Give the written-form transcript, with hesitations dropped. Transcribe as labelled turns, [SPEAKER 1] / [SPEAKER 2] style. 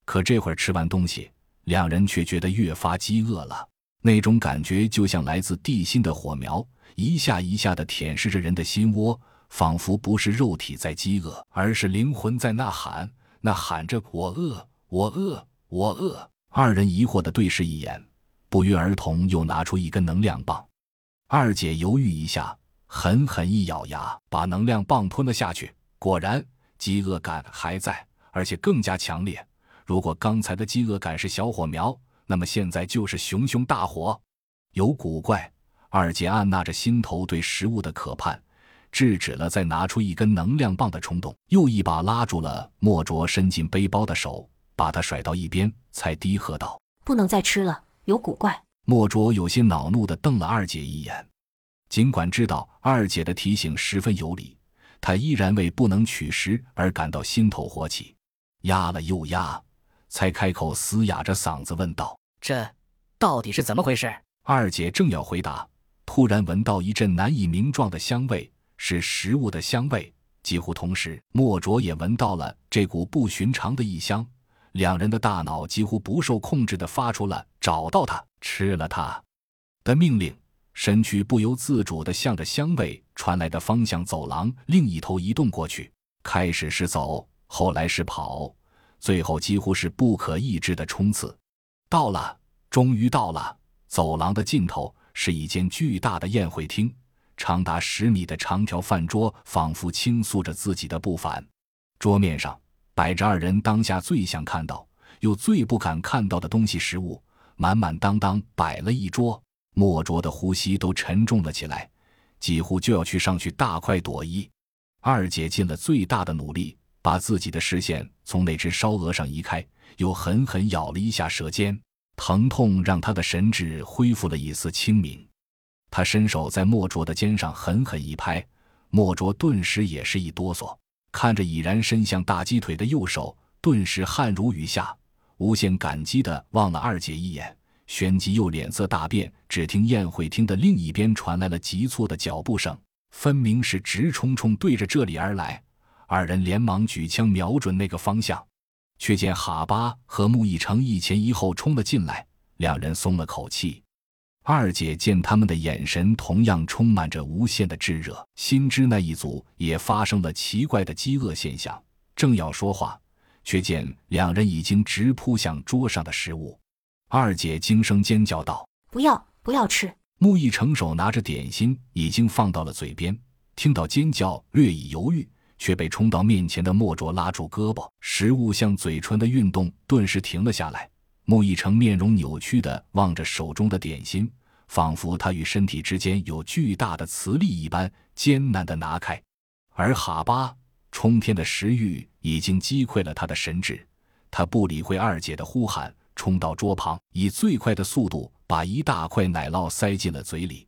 [SPEAKER 1] 可这会儿吃完东西，两人却觉得越发饥饿了。那种感觉就像来自地心的火苗，一下一下地舔舐着人的心窝，仿佛不是肉体在饥饿，而是灵魂在呐喊，呐喊着我饿，我饿，我饿。二人疑惑地对视一眼，不约而同又拿出一根能量棒。二姐犹豫一下，狠狠一咬牙，把能量棒吞了下去。果然，饥饿感还在，而且更加强烈。如果刚才的饥饿感是小火苗，那么现在就是熊熊大火。有古怪，二姐按捺着心头对食物的渴盼，制止了再拿出一根能量棒的冲动，又一把拉住了莫卓伸进背包的手，把他甩到一边，才低喝道：
[SPEAKER 2] 不能再吃了，有古怪。
[SPEAKER 1] 莫卓有些恼怒地瞪了二姐一眼，尽管知道二姐的提醒十分有理，他依然为不能取食而感到心头火起，压了又压，才开口嘶哑着嗓子问道：
[SPEAKER 3] 这到底是怎么回事？
[SPEAKER 1] 二姐正要回答，突然闻到一阵难以名状的香味，是食物的香味。几乎同时，莫卓也闻到了这股不寻常的异香，两人的大脑几乎不受控制地发出了找到它，吃了它的命令，身躯不由自主地向着香味传来的方向走廊另一头移动过去。开始是走，后来是跑，最后几乎是不可抑制的冲刺。到了，终于到了。走廊的尽头是一间巨大的宴会厅，长达10米的长条饭桌仿佛倾诉着自己的不凡。桌面上摆着二人当下最想看到又最不敢看到的东西，食物满满当当摆了一桌。莫卓的呼吸都沉重了起来，几乎就要上去大快朵颐。二姐尽了最大的努力，把自己的视线从那只烧鹅上移开，又狠狠咬了一下舌尖，疼痛让她的神智恢复了一丝清明。她伸手在莫卓的肩上狠狠一拍，莫卓顿时也是一哆嗦，看着已然伸向大鸡腿的右手，顿时汗如雨下，无限感激地望了二姐一眼，旋即又脸色大变。只听宴会厅的另一边传来了急促的脚步声，分明是直冲冲对着这里而来。二人连忙举枪瞄准那个方向，却见哈巴和穆一成一前一后冲了进来，两人松了口气。二姐见他们的眼神同样充满着无限的炙热，心知那一组也发生了奇怪的饥饿现象，正要说话，却见两人已经直扑向桌上的食物。二姐惊声尖叫道：
[SPEAKER 2] 不要，不要吃！
[SPEAKER 1] 穆一成手拿着点心已经放到了嘴边，听到尖叫略已犹豫，却被冲到面前的莫卓拉住胳膊，食物向嘴唇的运动顿时停了下来。穆一成面容扭曲地望着手中的点心，仿佛他与身体之间有巨大的磁力一般，艰难地拿开。而哈巴冲天的食欲已经击溃了他的神智，他不理会二姐的呼喊，冲到桌旁，以最快的速度把一大块奶酪塞进了嘴里。